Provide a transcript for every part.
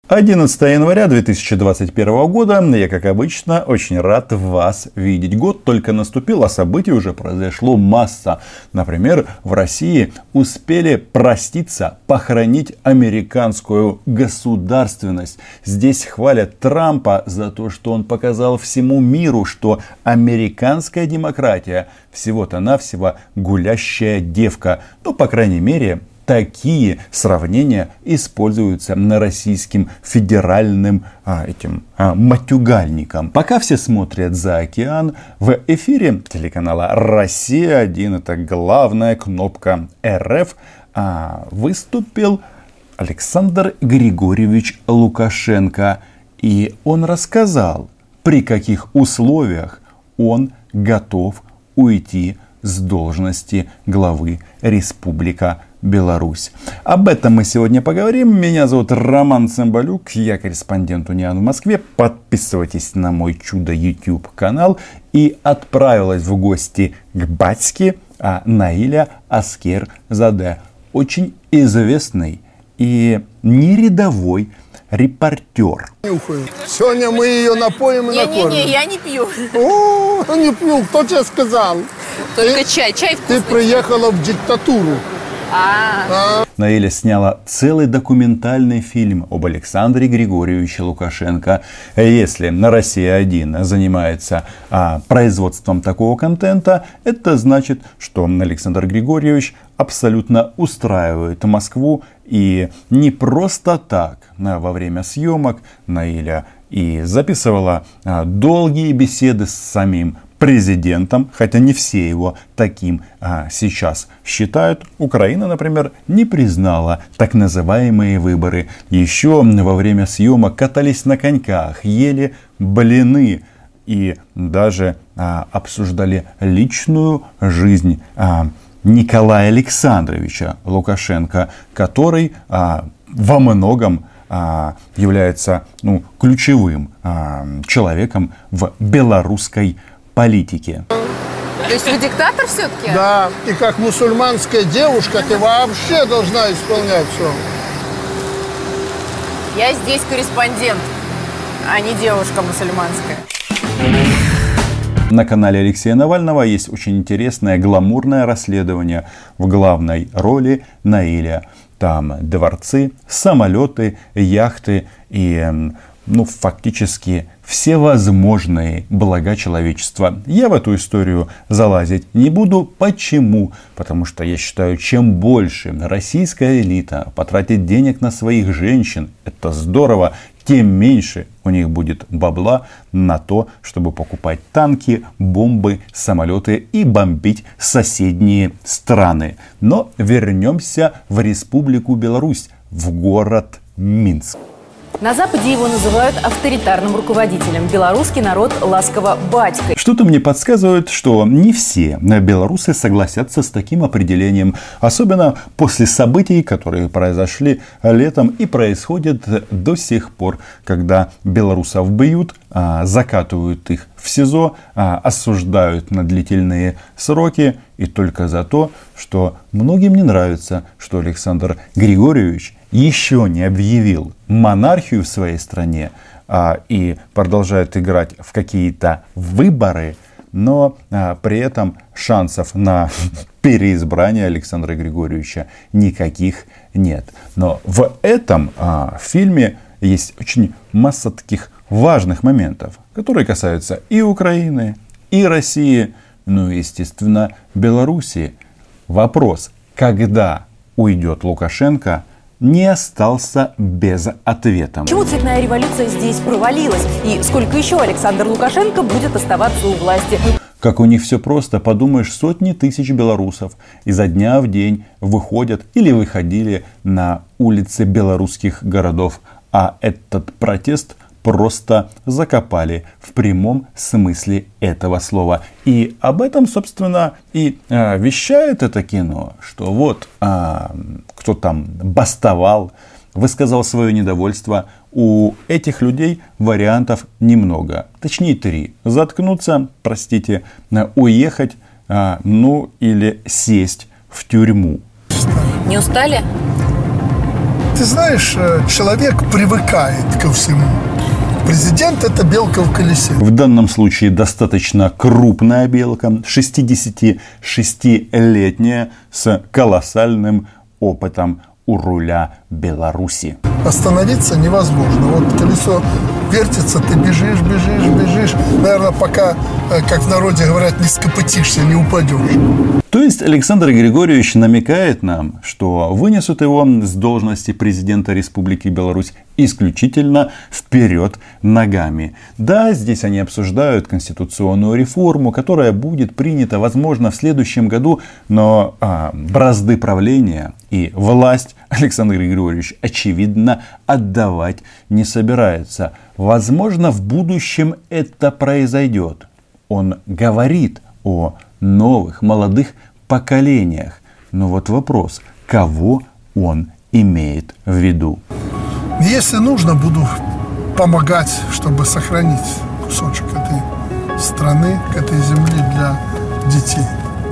11 января 2021 года. Я, как обычно, очень рад вас видеть. Год только наступил, а событий уже произошло масса. Например, в России успели проститься, похоронить американскую государственность. Здесь хвалят Трампа за то, что он показал всему миру, что американская демократия всего-то навсего гулящая девка. Ну, по крайней мере, такие сравнения используются на российским федеральным матюгальником. Пока все смотрят за океан, в эфире телеканала «Россия-1», это главная кнопка РФ, выступил Александр Григорьевич Лукашенко. И он рассказал, при каких условиях он готов уйти с должности главы Республики Беларусь. Об этом мы сегодня поговорим. Меня зовут Роман Цымбалюк, я корреспондент Униан в Москве. Подписывайтесь на мой чудо YouTube канал. И отправилась в гости к батьке Наиля Аскерзаде. Очень известный и не рядовой репортер. Сегодня мы ее напоим и накормим. Не, я не пью. О, не пью, кто тебе сказал? Только чай вкусный. Ты приехала в диктатуру. Наиля сняла целый документальный фильм об Александре Григорьевиче Лукашенко. Если на «Россия-1» занимается производством такого контента, это значит, что Александр Григорьевич абсолютно устраивает Москву. И не просто так во время съемок Наиля и записывала долгие беседы с самим президентом, хотя не все его таким сейчас считают. Украина, например, не признала так называемые выборы. Еще во время съемок катались на коньках, ели блины и даже обсуждали личную жизнь Николая Александровича Лукашенко, который во многом является ключевым человеком в белорусской политике. То есть вы диктатор все-таки? Да, и как мусульманская девушка ты вообще должна исполнять все. Я здесь корреспондент, а не девушка мусульманская. На канале Алексея Навального есть очень интересное гламурное расследование. В главной роли Наиля. Там дворцы, самолеты, яхты и фактически все возможные блага человечества. Я в эту историю залазить не буду. Почему? Потому что я считаю, чем больше российская элита потратит денег на своих женщин, это здорово, тем меньше у них будет бабла на то, чтобы покупать танки, бомбы, самолеты и бомбить соседние страны. Но вернемся в Республику Беларусь, в город Минск. На Западе его называют авторитарным руководителем. Белорусский народ ласково батькой. Что-то мне подсказывает, что не все белорусы согласятся с таким определением. Особенно после событий, которые произошли летом и происходят до сих пор. Когда белорусов бьют, закатывают их в СИЗО, осуждают на длительные сроки. И только за то, что многим не нравится, что Александр Григорьевич еще не объявил монархию в своей стране и продолжает играть в какие-то выборы, но при этом шансов на переизбрание Александра Григорьевича никаких нет. Но в этом фильме есть очень масса таких важных моментов, которые касаются и Украины, и России, ну и, естественно, Белоруссии. Вопрос, когда уйдет Лукашенко, не остался без ответа. Почему цветная революция здесь провалилась? И сколько еще Александр Лукашенко будет оставаться у власти? Как у них все просто, подумаешь, сотни тысяч белорусов изо дня в день выходят или выходили на улицы белорусских городов. А этот протест просто закопали в прямом смысле этого слова. И об этом, собственно, и вещает это кино, что вот кто там бастовал, высказал свое недовольство. У этих людей вариантов немного. Точнее 3. Заткнуться, простите, уехать, или сесть в тюрьму. Не устали? Ты знаешь, человек привыкает ко всему. Президент – это белка в колесе. В данном случае достаточно крупная белка, 66-летняя, с колоссальным опытом у руля Беларуси. Остановиться невозможно. Вот колесо вертится, ты бежишь. Наверное, пока, как в народе говорят, не скопытишься, не упадешь. То есть Александр Григорьевич намекает нам, что вынесут его с должности президента Республики Беларусь исключительно вперед ногами. Да, здесь они обсуждают конституционную реформу, которая будет принята, возможно, в следующем году, но бразды правления и власть Александр Григорьевич, очевидно, отдавать не собирается. Возможно, в будущем это произойдет. Он говорит о новых, молодых поколениях. Но вот вопрос, кого он имеет в виду? Если нужно, буду помогать, чтобы сохранить кусочек этой страны, этой земли для детей.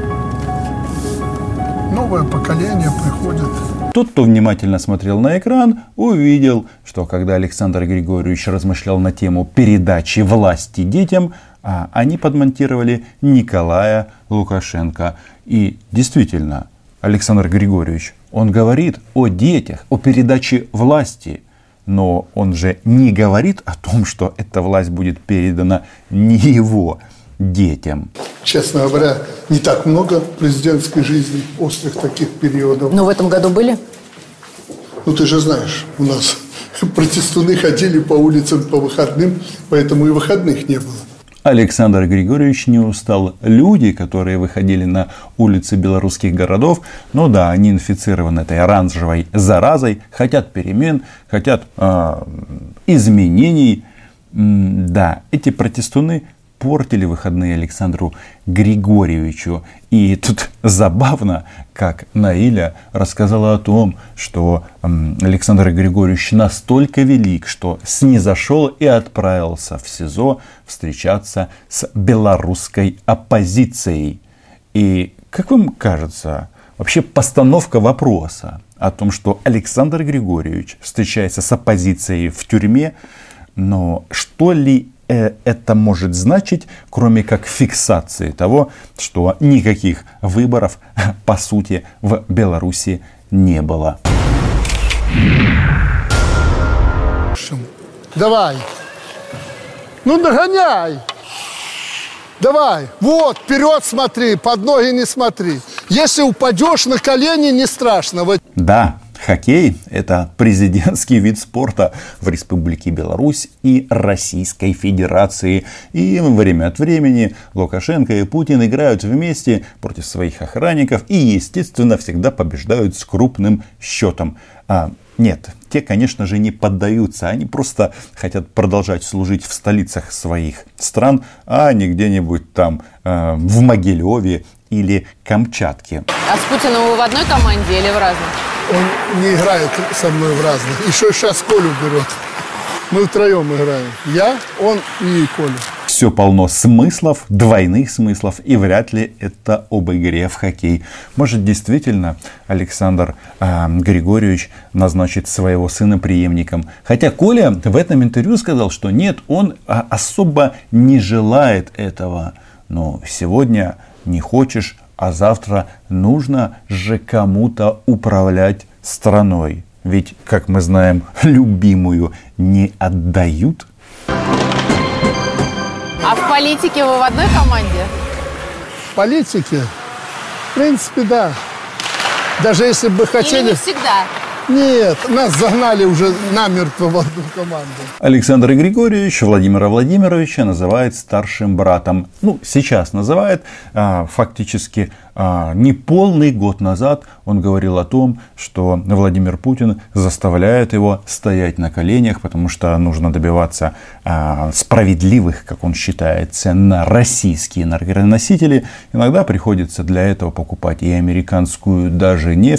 Новое поколение приходит. Тот, кто внимательно смотрел на экран, увидел, что когда Александр Григорьевич размышлял на тему передачи власти детям, они подмонтировали Николая Лукашенко. И действительно, Александр Григорьевич, он говорит о детях, о передаче власти. Но он же не говорит о том, что эта власть будет передана не его детям. Честно говоря, не так много в президентской жизни острых таких периодов. Но в этом году были? Ну, ты же знаешь, у нас протестуны ходили по улицам по выходным, поэтому и выходных не было. Александр Григорьевич не устал. Люди, которые выходили на улицы белорусских городов, ну да, они инфицированы этой оранжевой заразой, хотят перемен, хотят изменений. Да, эти протестуны портили выходные Александру Григорьевичу. И тут забавно, как Наиля рассказала о том, что Александр Григорьевич настолько велик, что снизошел и отправился в СИЗО встречаться с белорусской оппозицией. И как вам кажется, вообще постановка вопроса о том, что Александр Григорьевич встречается с оппозицией в тюрьме, но что ли это может значить, кроме как фиксации того, что никаких выборов, по сути, в Беларуси не было? Давай. Ну, догоняй. Давай. Вот, вперед смотри, под ноги не смотри. Если упадешь на колени, не страшно. Да. Хоккей – это президентский вид спорта в Республике Беларусь и Российской Федерации. И время от времени Лукашенко и Путин играют вместе против своих охранников и, естественно, всегда побеждают с крупным счетом. Нет, те, конечно же, не поддаются. Они просто хотят продолжать служить в столицах своих стран, а не где-нибудь там в Могилеве или Камчатке. А с Путиным вы в одной команде или в разных? Он не играет со мной в разных. Еще сейчас Колю берет. Мы втроем играем. Я, он и Коля. Все полно смыслов, двойных смыслов, и вряд ли это об игре в хоккей. Может, действительно Александр Григорьевич назначит своего сына преемником. Хотя Коля в этом интервью сказал, что нет, он особо не желает этого. Но сегодня не хочешь, а завтра нужно же кому-то управлять страной. Ведь, как мы знаем, любимую не отдают. А в политике вы в одной команде? В политике? В принципе, да. Даже если бы хотели... Или не всегда? Нет, нас загнали уже намертво в одну команду. Александр Григорьевич Владимира Владимировича называет старшим братом. Ну, сейчас называет. Фактически, не полный год назад он говорил о том, что Владимир Путин заставляет его стоять на коленях, потому что нужно добиваться справедливых, как он считает, цен на российские энергоносители. Иногда приходится для этого покупать и американскую даже нефть.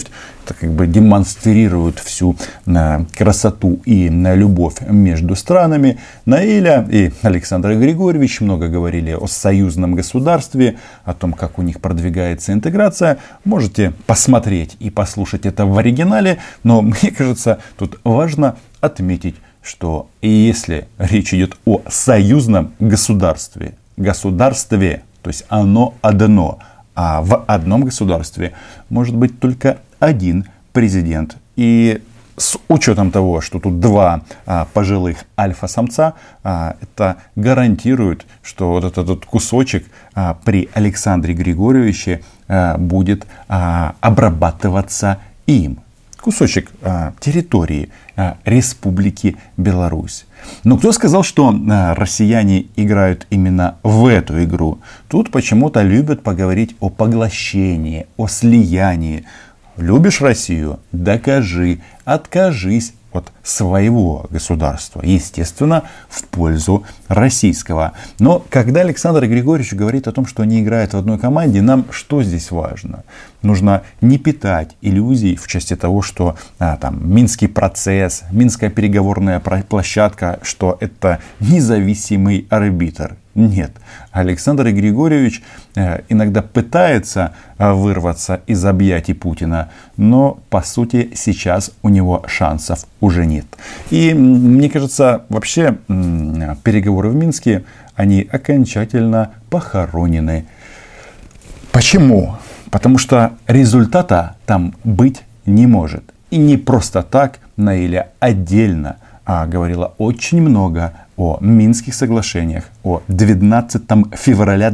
просто как бы демонстрируют всю красоту и любовь между странами. Наиля и Александр Григорьевич много говорили о союзном государстве, о том, как у них продвигается интеграция. Можете посмотреть и послушать это в оригинале, но мне кажется, тут важно отметить, что если речь идет о союзном государстве, то есть оно одно, а в одном государстве может быть только один президент. И с учетом того, что тут два пожилых альфа-самца, это гарантирует, что вот этот кусочек при Александре Григорьевиче будет обрабатываться им. Кусочек территории Республики Беларусь. Но кто сказал, что россияне играют именно в эту игру? Тут почему-то любят поговорить о поглощении, о слиянии. Любишь Россию? Докажи, откажись от своего государства. Естественно, в пользу российского. Но когда Александр Григорьевич говорит о том, что они играют в одной команде, нам что здесь важно? Нужно не питать иллюзий в части того, что там Минский процесс, Минская переговорная площадка, что это независимый арбитр. Нет, Александр Григорьевич иногда пытается вырваться из объятий Путина, но по сути сейчас у него шансов уже нет. И мне кажется, вообще переговоры в Минске, они окончательно похоронены. Почему? Потому что результата там быть не может. И не просто так Наиля отдельно говорила очень много о Минских соглашениях, о 12 февраля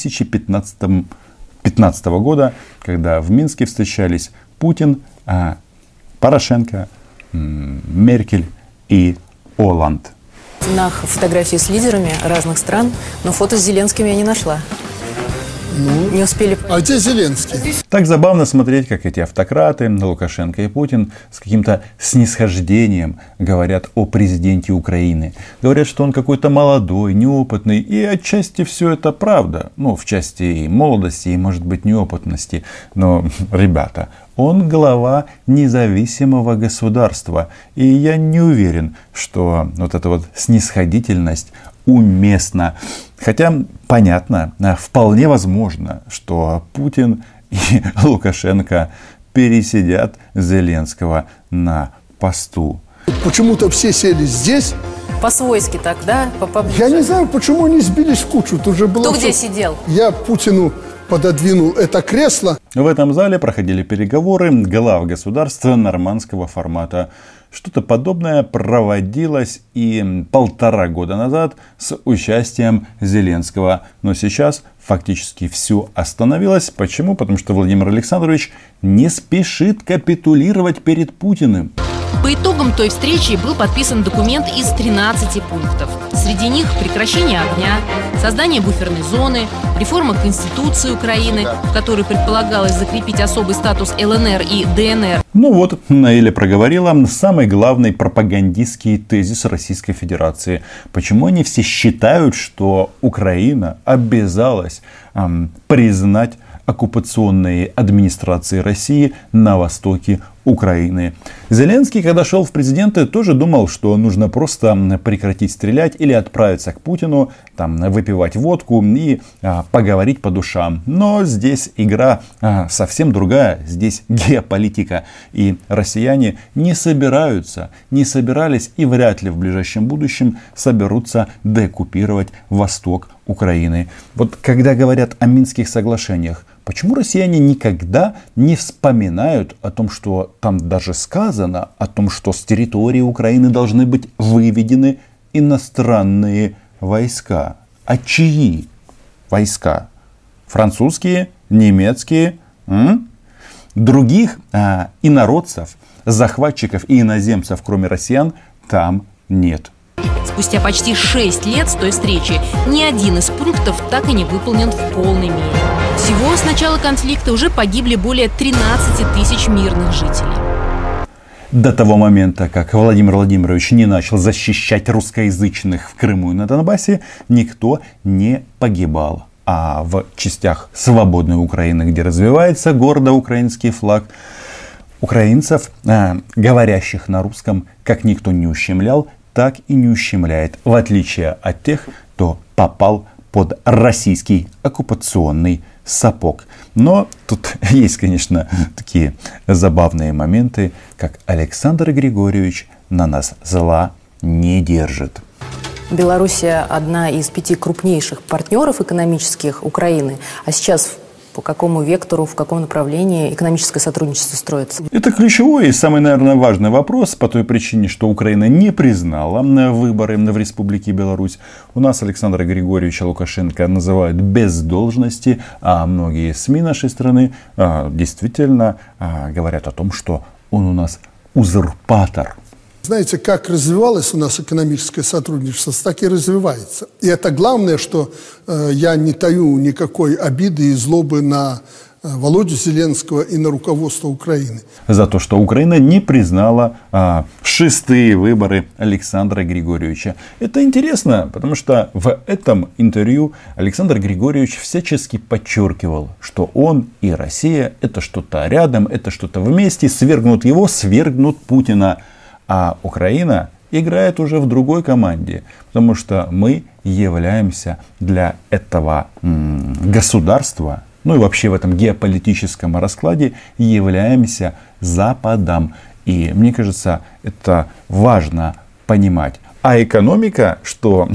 2015 года, когда в Минске встречались Путин, Порошенко, Меркель и Оланд. На фотографии с лидерами разных стран, но фото с Зеленским я не нашла. Не успели. А где Зеленский? Так забавно смотреть, как эти автократы, Лукашенко и Путин, с каким-то снисхождением говорят о президенте Украины. Говорят, что он какой-то молодой, неопытный. И отчасти все это правда. Ну, в части и молодости, и, может быть, неопытности. Но, ребята, он глава независимого государства. И я не уверен, что вот эта вот снисходительность уместна. Хотя, понятно, вполне возможно, что Путин и Лукашенко пересидят Зеленского на посту. Почему-то все сели здесь. По-свойски так, да? Я не знаю, почему они сбились в кучу. Тут уже было Кто где сидел? Я Путину пододвинул это кресло. В этом зале проходили переговоры глав государства нормандского формата. Что-то подобное проводилось и 1,5 года назад с участием Зеленского. Но сейчас фактически все остановилось. Почему? Потому что Владимир Александрович не спешит капитулировать перед Путиным. По итогам той встречи был подписан документ из 13 пунктов. Среди них прекращение огня, создание буферной зоны, реформа Конституции Украины, в которой предполагалось закрепить особый статус ЛНР и ДНР. Ну вот, Наиля проговорила самый главный пропагандистский тезис Российской Федерации. Почему они все считают, что Украина обязалась признать оккупационные администрации России на востоке Украины. Зеленский, когда шел в президенты, тоже думал, что нужно просто прекратить стрелять или отправиться к Путину, там, выпивать водку и поговорить по душам. Но здесь игра совсем другая, здесь геополитика. И россияне не собирались и вряд ли в ближайшем будущем соберутся деоккупировать восток Украины. Вот когда говорят о Минских соглашениях, почему россияне никогда не вспоминают о том, что там даже сказано, о том, что с территории Украины должны быть выведены иностранные войска? А чьи войска? Французские? Немецкие? Других инородцев, захватчиков и иноземцев, кроме россиян, там нет. Спустя почти 6 лет с той встречи ни один из пунктов так и не выполнен в полной мере. Всего с начала конфликта уже погибли более 13 тысяч мирных жителей. До того момента, как Владимир Владимирович не начал защищать русскоязычных в Крыму и на Донбассе, никто не погибал. А в частях свободной Украины, где развивается гордо украинский флаг, украинцев, говорящих на русском, как никто не ущемлял, так и не ущемляет, в отличие от тех, кто попал под российский оккупационный сапог. Но тут есть, конечно, такие забавные моменты, как Александр Григорьевич на нас зла не держит. Белоруссия одна из 5 крупнейших партнеров экономических Украины. А сейчас по какому вектору, в каком направлении экономическое сотрудничество строится? Это ключевой и самый, наверное, важный вопрос по той причине, что Украина не признала выборы в Республике Беларусь. У нас Александра Григорьевича Лукашенко называют без должности, а многие СМИ нашей страны действительно говорят о том, что он у нас узурпатор. Знаете, как развивалось у нас экономическое сотрудничество, так и развивается. И это главное, что я не таю никакой обиды и злобы на Володю Зеленского и на руководство Украины. За то, что Украина не признала 6-е выборы Александра Григорьевича. Это интересно, потому что в этом интервью Александр Григорьевич всячески подчеркивал, что он и Россия это что-то рядом, это что-то вместе, свергнут его, свергнут Путина. А Украина играет уже в другой команде, потому что мы являемся для этого государства, ну и вообще в этом геополитическом раскладе являемся Западом. И мне кажется, это важно понимать. А экономика, что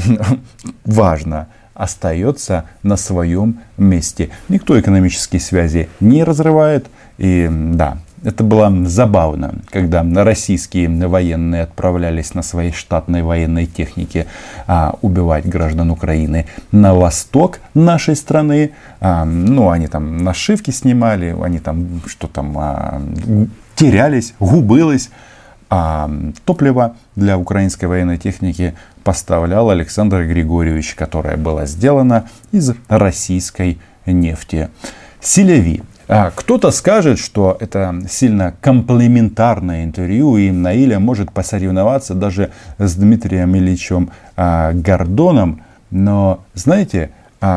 важно, остается на своем месте. Никто экономические связи не разрывает. И да, это было забавно, когда российские военные отправлялись на своей штатной военной технике убивать граждан Украины на восток нашей страны. Ну, они там нашивки снимали, они там что там терялись, губилось. А топливо для украинской военной техники поставлял Александр Григорьевич, которое было сделано из российской нефти. Селяви. Кто-то скажет, что это сильно комплементарное интервью, и Наиля может посоревноваться даже с Дмитрием Ильичем Гордоном. Но, знаете,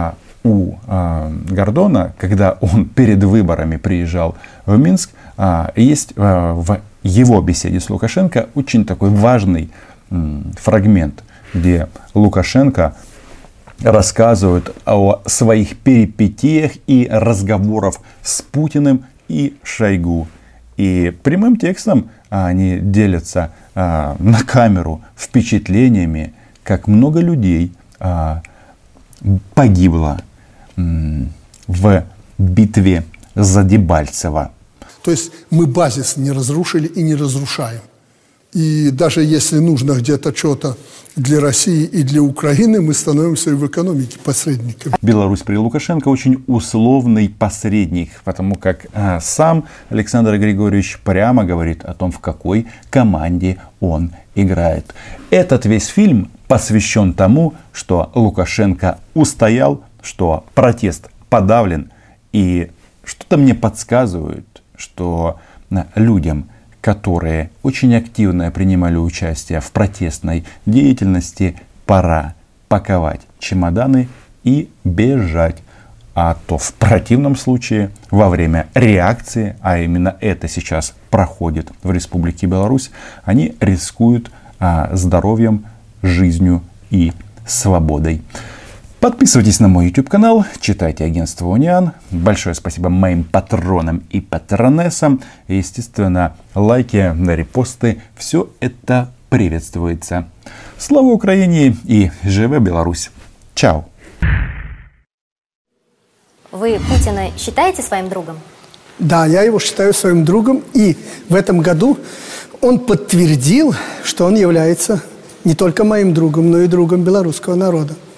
у Гордона, когда он перед выборами приезжал в Минск, есть в его беседе с Лукашенко очень такой важный фрагмент, где Лукашенко рассказывают о своих перипетиях и разговорах с Путиным и Шойгу. И прямым текстом они делятся на камеру впечатлениями, как много людей погибло в битве за Дебальцево. То есть мы базис не разрушили и не разрушаем. И даже если нужно где-то что-то для России и для Украины, мы становимся и в экономике посредниками. Беларусь при Лукашенко очень условный посредник, потому как сам Александр Григорьевич прямо говорит о том, в какой команде он играет. Этот весь фильм посвящен тому, что Лукашенко устоял, что протест подавлен, и что-то мне подсказывает, что людям, которые очень активно принимали участие в протестной деятельности, пора паковать чемоданы и бежать. А то в противном случае во время реакции, а именно это сейчас проходит в Республике Беларусь, они рискуют здоровьем, жизнью и свободой. Подписывайтесь на мой YouTube канал, читайте агентство Униан. Большое спасибо моим патронам и патронессам. И, естественно, лайки, репосты. Все это приветствуется. Слава Украине и живе Беларусь. Чао. Вы Путина считаете своим другом? Да, я его считаю своим другом. И в этом году он подтвердил, что он является не только моим другом, но и другом белорусского народа.